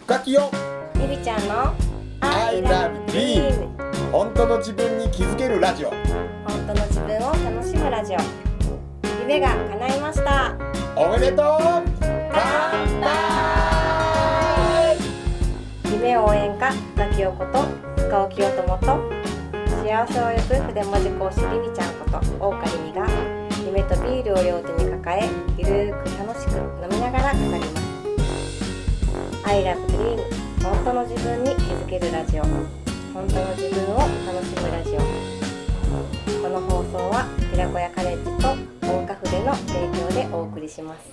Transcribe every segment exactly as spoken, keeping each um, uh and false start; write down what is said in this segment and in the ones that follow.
深きよゆりちゃんの I love dream 本当の自分に気づけるラジオ。 本当の自分を楽しむラジオ。夢が叶いました。 おめでとう。乾杯。 夢応援歌深きよこと深尾清友と幸せを呼ぶ筆文字講師りみちゃんこと大岡りみが夢とビールを両手に抱えゆるーく楽しく飲みながら語ります。 I love dream 本当の自分に気づけるラジオ。本当の自分を楽しむラジオ。この放送は寺子屋カレッジと大岡筆の提供でお送りします。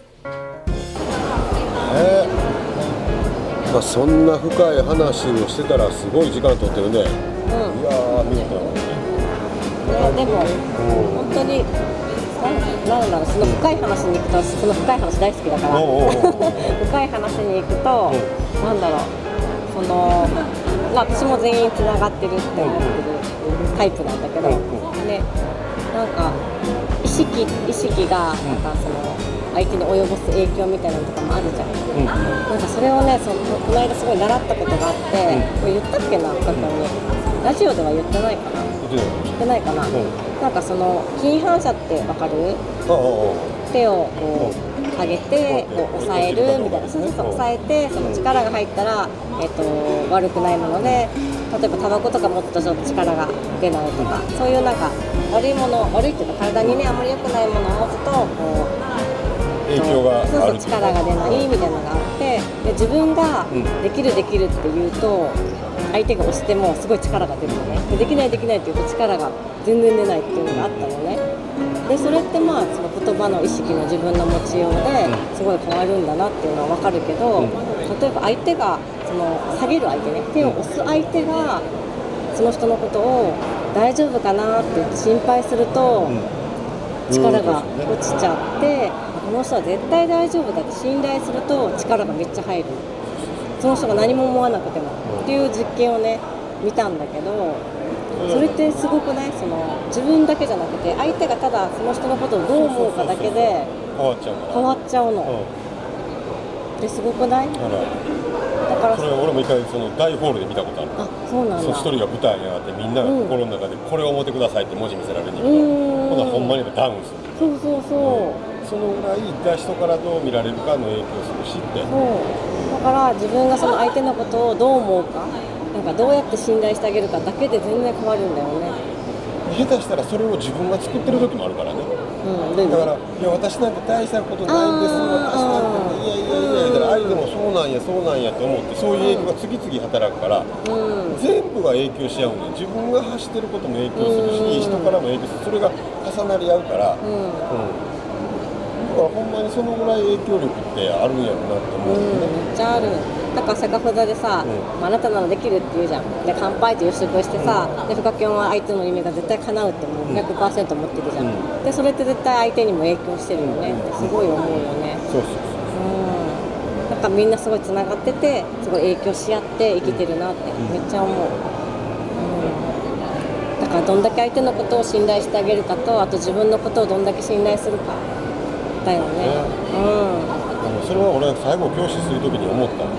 えーまあ、そんな深い話をしてたらすごい時間取ってるね。 うん、 いやー見事だね。 ね、でも本当になんだろう、その深い話に行くと、その深い話大好きだから深い話に行くと、なんだろう、その、まあ、私も全員つながってるって思ってるタイプなんだけど、ね、なんか意識、意識がなんかその相手に及ぼす影響みたいなのとかもあるじゃん、うん、なんかそれをね、そのこの間すごい習ったことがあって、うん、これ言ったっけな、過去にラジオでは言ってないかな、言ってないかな、うん、なんかその筋反射ってわかる？手をこう上げてこう押さえるみたいな、そうそうそう、押さえてその力が入ったら、えっと、悪くないもので、例えばタバコとか持つとちょっと力が出ないとか、そういうなんか悪いもの、悪いっていうか体にねあんまり良くないものを持つとこう影響がある、 そうそう、力が出ないみたいなのがあって、で自分ができるできるって言うと相手が押してもすごい力が出るのね。で、できないできないって言うと力が全然出ないっていうのがあったのね。でそれってまあその言葉の意識の自分の持ちようですごい変わるんだなっていうのは分かるけど、例えば相手がその下げる相手ね、手を押す相手がその人のことを大丈夫かなって心配すると力が落ちちゃって、この人は絶対大丈夫だって信頼すると力がめっちゃ入る。その人が何も思わなくてもっていう実験をね見たんだけど、それってすごくない？その自分だけじゃなくて相手がただその人のことをどう思うかだけで変わっちゃうから変わっちゃうの、うん、ですごくない？だからそれ俺も一回その大ホールで見たことある。 あ、そうなんだ。 一人が舞台に上がってみんなが心の中でこれを思ってくださいって文字見せられるんだけど、ほなほんまにダウンする。 そうそうそう、 うん、そのぐらい人からどう見られるかの影響するしって。 そうだから自分がその相手のことをどう思うか、なんかどうやって信頼してあげるかだけで全然変わるんだよね。 下手したらそれを自分が作ってる時もあるからね、うん、だから、いや私なんて大したことないんです、私なんていやいやいや、だから相手もそうなんやそうなんやと思ってそういう影響が次々働くから、うん、全部が影響し合うね。自分が走ってることも影響するし、うん、人からも影響する。それが重なり合うから、うんうん、だからほんまにそのぐらい影響力ってあるんやろなって思う、ね、 うん、めっちゃある。だからセカフザでさ、うん、あなたならできるって言うじゃん。で乾杯って予測してさ、うん、で深きょんは相手の夢が絶対叶うってもう ひゃくパーセント 持ってるじゃん、うん、でそれって絶対相手にも影響してるよね、うん、ってすごい思うよね。 そうそうそう、 うん、だからみんなすごいつながっててすごい影響し合って生きてるなってめっちゃ思う、うん、だからどんだけ相手のことを信頼してあげるかと、あと自分のことをどんだけ信頼するかだよね、うん、 それは俺が最後教師するときに思った、うん、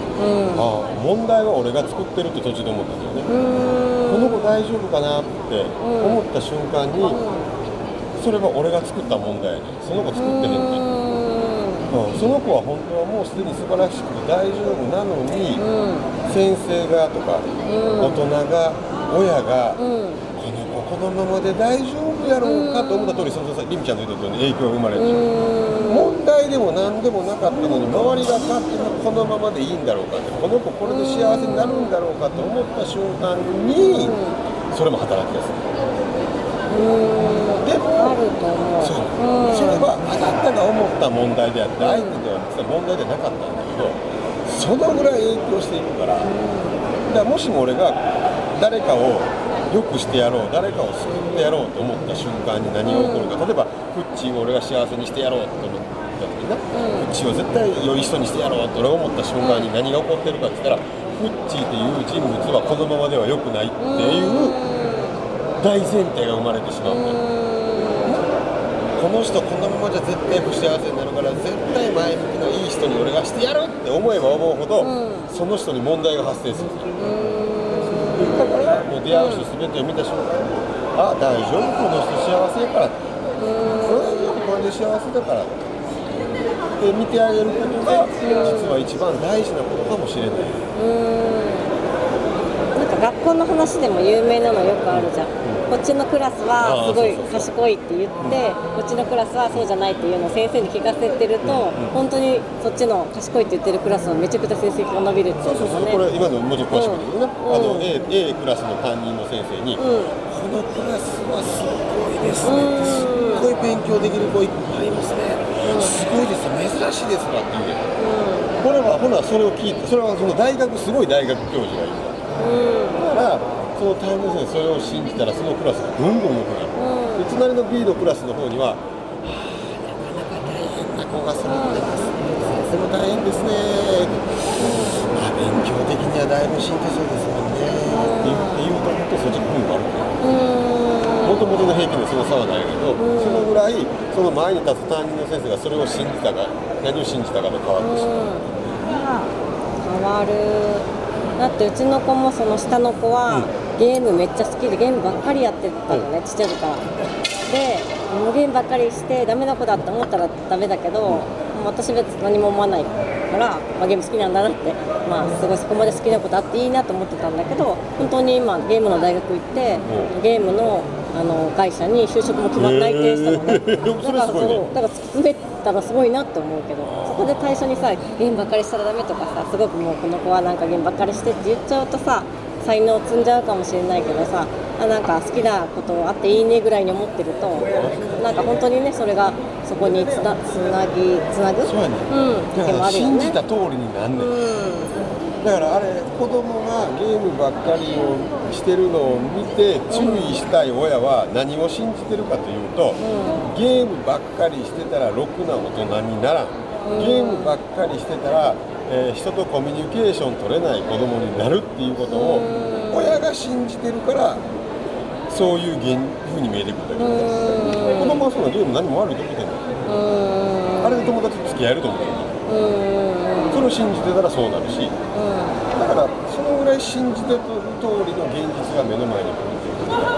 ああ問題は俺が作ってるって途中で思ったんだよね。この子大丈夫かなって思った瞬間に、うん、それは俺が作った問題やね。その子作ってへんね、うん、その子は本当はもうすでに素晴らしくて大丈夫なのに、うん、先生がとか、うん、大人が親が、うん、この子このままで大丈夫やろうかと思った通り、そのりみちゃんの言った通り影響が生まれる。問題でも何でもなかったのに周りが勝手にこのままでいいんだろうかって、この子これで幸せになるんだろうかと思った瞬間にそれも働き出す。でもそう、それはあなたが思った問題であって相手では実は問題でなかったんだけど、そのぐらい影響していくから、だからもしも俺が誰かを良くしてやろう、誰かを救ってやろうと思った瞬間に何が起こるか、例えばフッチーを俺が幸せにしてやろうと思った時にな、フッチーを絶対良い人にしてやろうと俺が思った瞬間に何が起こってるかって言ったら、フッチーっていう人物はこのままでは良くないっていう大前提が生まれてしまうんだよ。この人このままじゃ絶対不幸せになるから絶対前向きないい人に俺がしてやるって思えば思うほど、うん、その人に問題が発生する。だからもう出会う人全てを見た瞬間に、うん、あ大丈夫この人幸せやから、うん、これで幸せだからって見てあげることが実は一番大事なことかもしれない。 うんなんか学校の話でも有名なのよくあるじゃん、うん、こっちのクラスはすごい賢いって言って、うん、こっちのクラスはそうじゃないっていうのを先生に聞かせてると、うん、本当にそっちの賢いって言ってるクラスはめちゃくちゃ成績が伸びるっていうのがね。 そうそうそうこれ今のもうちょっと詳しく言うとね、うん、あの A, A クラスの担任の先生に、うん、このクラスはすごいですね、うん、すっごい勉強できる子いっぱいいますね、うん、すごいです珍しいですわって言うね、うん、これはほらそれを聞いてそれはその大学すごい大学教授がいるから、うん、だからその担任の先生それを信じたらそのクラスがぐんぐん良くなる、うん、で隣の B のクラスの方には、はあ、なかなか大変な子が揃ってます、先生も大変ですね、うんまあ、勉強的にはだいぶ進歩そうですもんね、うん、っていうと思うとそっちの分があるからもともとの平均でその差はないけど、うん、そのぐらいその前に立つ担任の先生がそれを信じたか何を信じたかで変わってしまう、うん、 変わる。だってうちの子もその下の子は、うん、ゲームめっちゃ好きでゲームばっかりやってたのね、うん、ちっちゃい時からでもうゲームばっかりしてダメな子だって思ったらダメだけど、うん、もう私別に何も思わないから、まあ、ゲーム好きなんだなって、まあ、すごいそこまで好きなことあっていいなと思ってたんだけど本当に今ゲームの大学行って、うん、ゲームのあの会社に就職も決まって内定したのね、えー、だからそうだから突き詰めたらすごいなって思うけどそこで最初にさゲームばっかりしたらダメとかさすごくもうこの子はなんかゲームばっかりしてって言っちゃうとさ才能積んじゃうかもしれないけどさあなんか好きなことあっていいねぐらいに思ってるとなんか本当にねそれがそこにつな、つなぎつなぐそうやね、うん、だから信じた通りになんねん、うんだからあれ子供がゲームばっかりをしてるのを見て注意したい親は何を信じてるかというと、うん、ゲームばっかりしてたらろくな大人にならん、うん、ゲームばっかりしてたら、えー、人とコミュニケーション取れない子供になるっていうことを親が信じてるからそういうふうに見えてくるんだけど、ね、子供はそのゲーム何も悪いと思ってんだよ、あれで友達と付き合えると思ってるんだよ、それを信じてたらそうなるし、だからそのぐらい信じてる通りの現実が目の前に来るっていうことだから、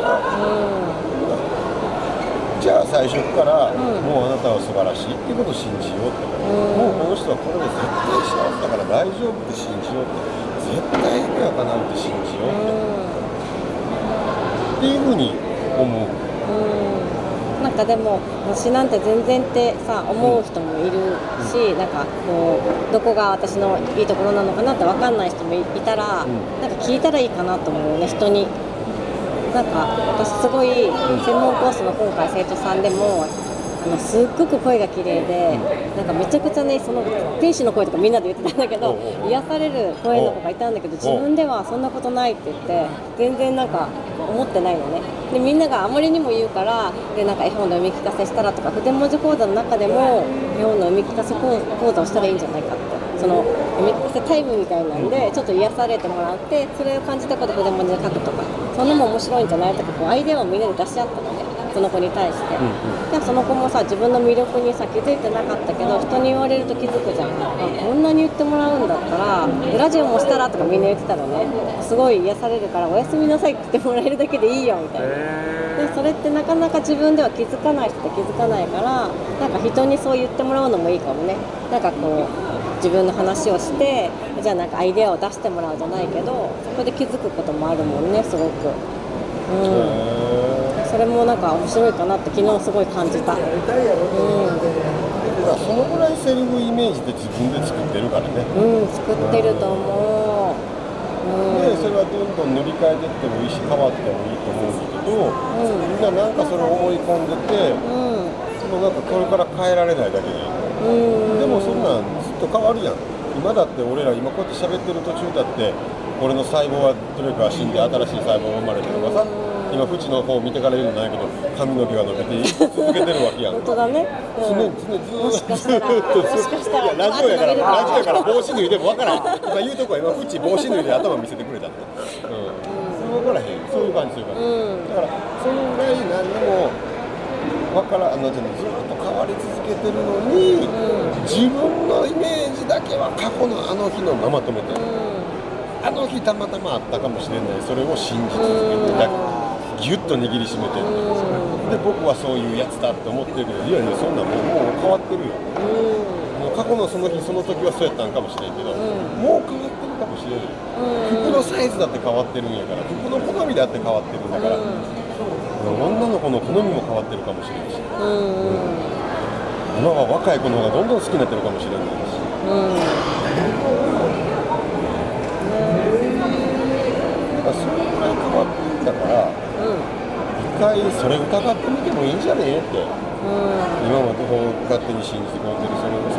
じゃあ最初から、うん、もうあなたは素晴らしいっていうことを信じようって、うん、もうこの人はこれで絶対幸せだから大丈夫って信じようって絶対夢は叶うって信じようって、うん、っていうふうに思う、 うん、なんかでも私なんて全然ってさ思う人もいるし、うん、なんかこうどこが私のいいところなのかなって分かんない人もいたら、うん、なんか聞いたらいいかなと思うよね人に。なんか私すごい専門コースの今回生徒さんでもあのすっごく声が綺麗でなんかめちゃくちゃねその天使の声とかみんなで言ってたんだけど癒される声の子がいたんだけど自分ではそんなことないって言って全然なんか思ってないのね。でみんながあまりにも言うからでなんか絵本の読み聞かせしたらとか筆文字講座の中でも絵本の読み聞かせ講座をしたらいいんじゃないかってその読み聞かせタイムみたいなんでちょっと癒されてもらってそれを感じたこと筆文字で書くとかそんなも面白いんじゃないとかこうアイデアをみんなで出し合ったのねその子に対して、うんうん、でその子もさ自分の魅力にさ気づいてなかったけど人に言われると気づくじゃんあこんなに言ってもらうんだったらラジオもしたらとかみんな言ってたのねすごい癒されるからおやすみなさいって言ってもらえるだけでいいよみたいなでそれってなかなか自分では気づかない人って気づかないからなんか人にそう言ってもらうのもいいかもねなんかこう自分の話をしてじゃあなんかアイデアを出してもらうじゃないけどそこで気づくこともあるもんねすごく、うん、それもなんか面白いかなって昨日すごい感じた、うん、 そのぐらいセルフイメージで自分で作ってるからねうん作ってると思う、うん、 でそれはどんどん塗り替えていってもいいし変わってもいいと思うんだけど、うん、みんななんかそれを思い込んでて、うん、そのなんかこれから変えられないだけで、うん、でもそんなんずっと変わるやん今だって俺ら今こうやって喋ってる途中だって俺の細胞はどれか死んで新しい細胞が生まれてるとかさ今縁の方見てから言うのないけど髪の毛が伸びて続けてるわけやん本当だね、 うん、常に常にずもしかしたらもしかしたらラジオやからラジオやから帽子脱いでも分からん今言うとこは今縁帽子脱いで頭見せてくれたの、うん、分からへんそういう感じそういう感じ、うん、だからそのぐらい何でもわからんのずっと変わり続けてるのに、うん、自分のイメージだけは過去のあの日のまま止めてる、うん、あの日たまたまあったかもしれない、それを信じ続けてだギュッと握りしめてる、うん、で僕はそういうやつだって思ってるけど、いやいやそんなもう、もう変わってるよ、うん、もう過去のその日その時はそうやったんかもしれんけど、うん、もう変わってるかもしれない、うん、服のサイズだって変わってるんやから、服の好みだって変わってるんだから、うん、女の子の好みも変わってるかもしれないし、うんうん、今は若い子の方がどんどん好きになってるかもしれないし、うん、だからそれぐらい変わっていったから、うん、一回それ疑ってみてもいいんじゃねえって、うん、今まで勝手に信じてくれてるそれをさ、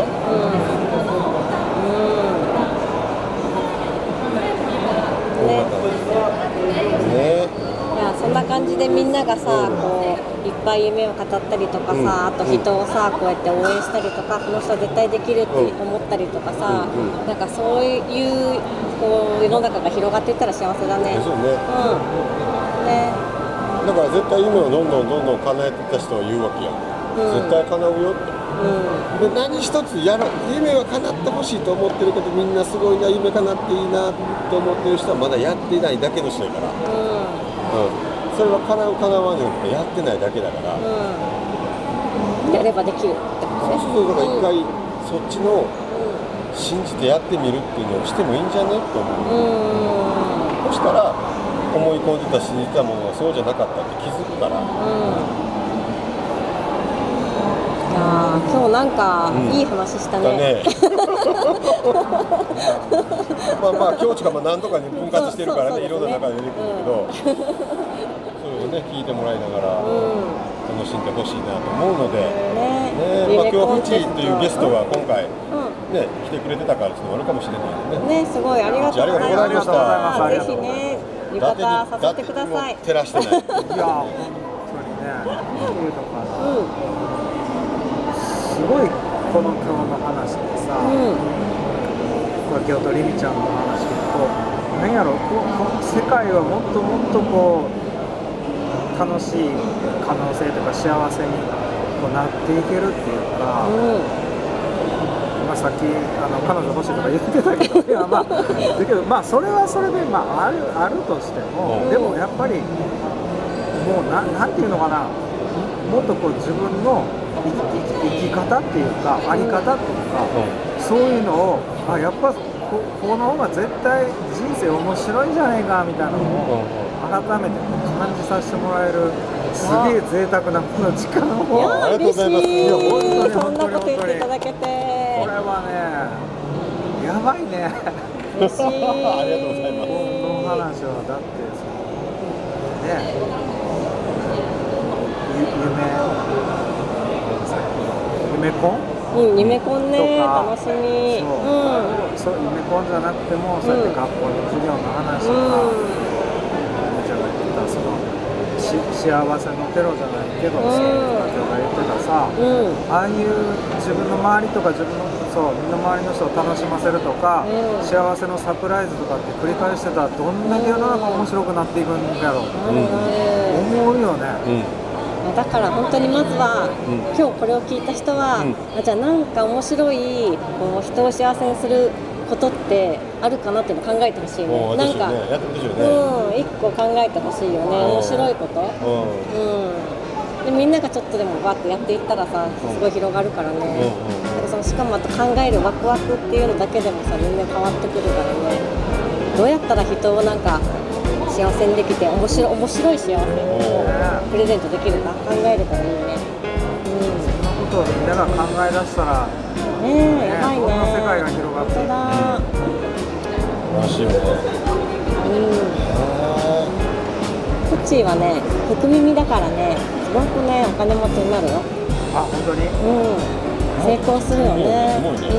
ね、いやそんな感じでみんながさ、うん、こういっぱい夢を語ったりとかさ、うん、あと人をさこうやって応援したりとか、この人は絶対できるって思ったりとかさ、うんうん、なんかそういうこう世の中が広がっていったら幸せだね。 そうね。うん。ね。だから絶対夢をどんどんどんどん叶えてた人は言うわけやん。うん、絶対叶うよって。うん、で何一つやろ夢は叶ってほしいと思ってるけど、みんなすごいな、夢叶っていいなと思ってる人はまだやっていないだけの人やから、うんうん、それは叶う叶わんじゃなくてやってないだけだから、うん、 やればできるってことね。 そうそう、だから一回そっちの信じてやってみるっていうのをしてもいいんじゃねと思う、うん、そしたら思い込んでた信じてたものがそうじゃなかったって気づくから、うんあ今日なんかいい話したね。うん、ねまあまあ今日とかまあ何とかに分割してるからね、いろんな中で出てくるけど、うん、それをね聞いてもらいながら楽しんでほしいなと思うので、ねね、まあ、今日フチっていうゲストが今回、ね、来てくれてたからっていうのもあるかもしれないですね。 ね、すごいありがとうございました。ぜひね浴衣させてください。 照らしてない。いや本当にね、 いうのかな。うんすごいこの今日の話でさ、うん、京都りみちゃんの話でこう何やろこう世界はもっともっとこう楽しい可能性とか幸せにこうなっていけるっていうか、うんまあ、さっきあの彼女欲しいとか言ってたけどいや、まあ、だけどまあそれはそれで、まあ、ある、あるとしても、うん、でもやっぱりもうななんていうのかな、もっとこう自分の生き、生き方っていうかあり方っていうか、うん、そういうのをあやっぱ こ, この方が絶対人生面白いんじゃないかみたいなのを改めて感じさせてもらえるすげえ贅沢なこの時間をありがとうございます。いや本当にそんなこと言っていただけてこれはねやばいね嬉しいありがとうございます。 この話はだってね夢夢コンうん、夢コンね、楽しみ。 そう、うん、そう夢コンじゃなくても、そうやって学校の授業の話とか、うん、じゃなくてそのし幸せのテロじゃないけど、うん、そういう人が言ってたさ、うん、ああいう自分の周りとか自分のそう身の回りの人を楽しませるとか、うん、幸せのサプライズとかって繰り返してたらどんだけ世の中面白くなっていくんだろう、うん、思うよね。うんだから本当にまずは、うん、今日これを聞いた人は、うん、あじゃあなんか面白いこう人を幸せにすることってあるかなっていうのを考えてほしいね。なんか、ね、やってほしいよね。うん、一個考えてほしいよね。面白いこと。うん。でみんながちょっとでもバッとやっていったらさ、すごい広がるからね。うん、そのしかもあと考えるワクワクっていうのだけでもさ、全然変わってくるからね。どうやったら人をなんか幸せにできて面白い面白い幸せをプレゼントできるか考えれたらいいね。 うん、そんなことをみんなが考え出したらねえ、やばいね。 こんな世界が広がって。 本当だ。 面白いね。 うん。こっちはね、福耳だからね、すごくねお金持ちになるよ。 あ、本当に？ うん。成功するよね。 すごいね。 うん。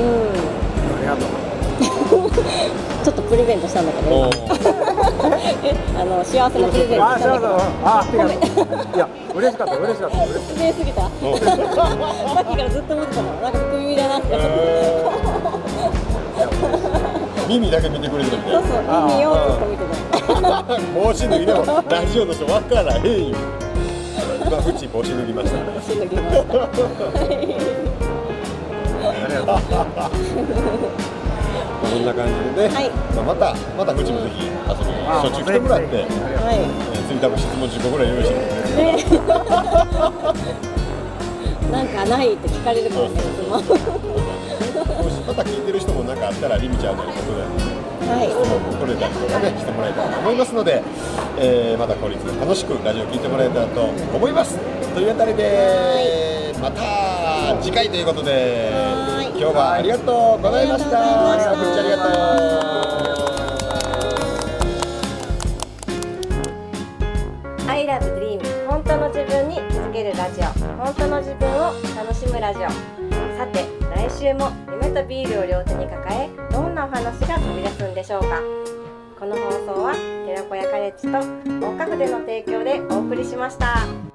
ありがとう。 ちょっとプレゼントしたんだけどえあの幸せなプレゼントしたんだけどああいや嬉しかった嬉しかった失礼すぎたさっきからずっと思ってたのなんか福耳だなって、えー、耳だけ見てくれてるみたいな。 そうそう耳をずっと見てた帽子脱いでもラジオの人分からへんよ今フチき帽子脱ぎました。 帽子脱ぎました。 ありがとうございます。 こんな感じでね、はい、まあ、またまたうちもぜひ遊びにしょっちゅう来てもらって、はい、えー、次多分質問じゅっこぐらい用意してるんで、ね、 なんかないって聞かれるからね、いつも。 もしまた聞いてる人もなんかあったらりみちゃんのことで、はい、質問も取れたりとかねしてもらえたらと思いますので、えー、また効率楽しくラジオ聞いてもらえたらと思います。というあたりでまた次回ということで、今日はありがとうございました。ありがとう、ありがとう。I love dream 本当の自分に気づけるラジオ、本当の自分を楽しむラジオ。さて来週も夢とビールを両手に抱え、どんなお話が飛び出すんでしょうか。この放送は寺子屋カレッジと大家具での提供でお送りしました。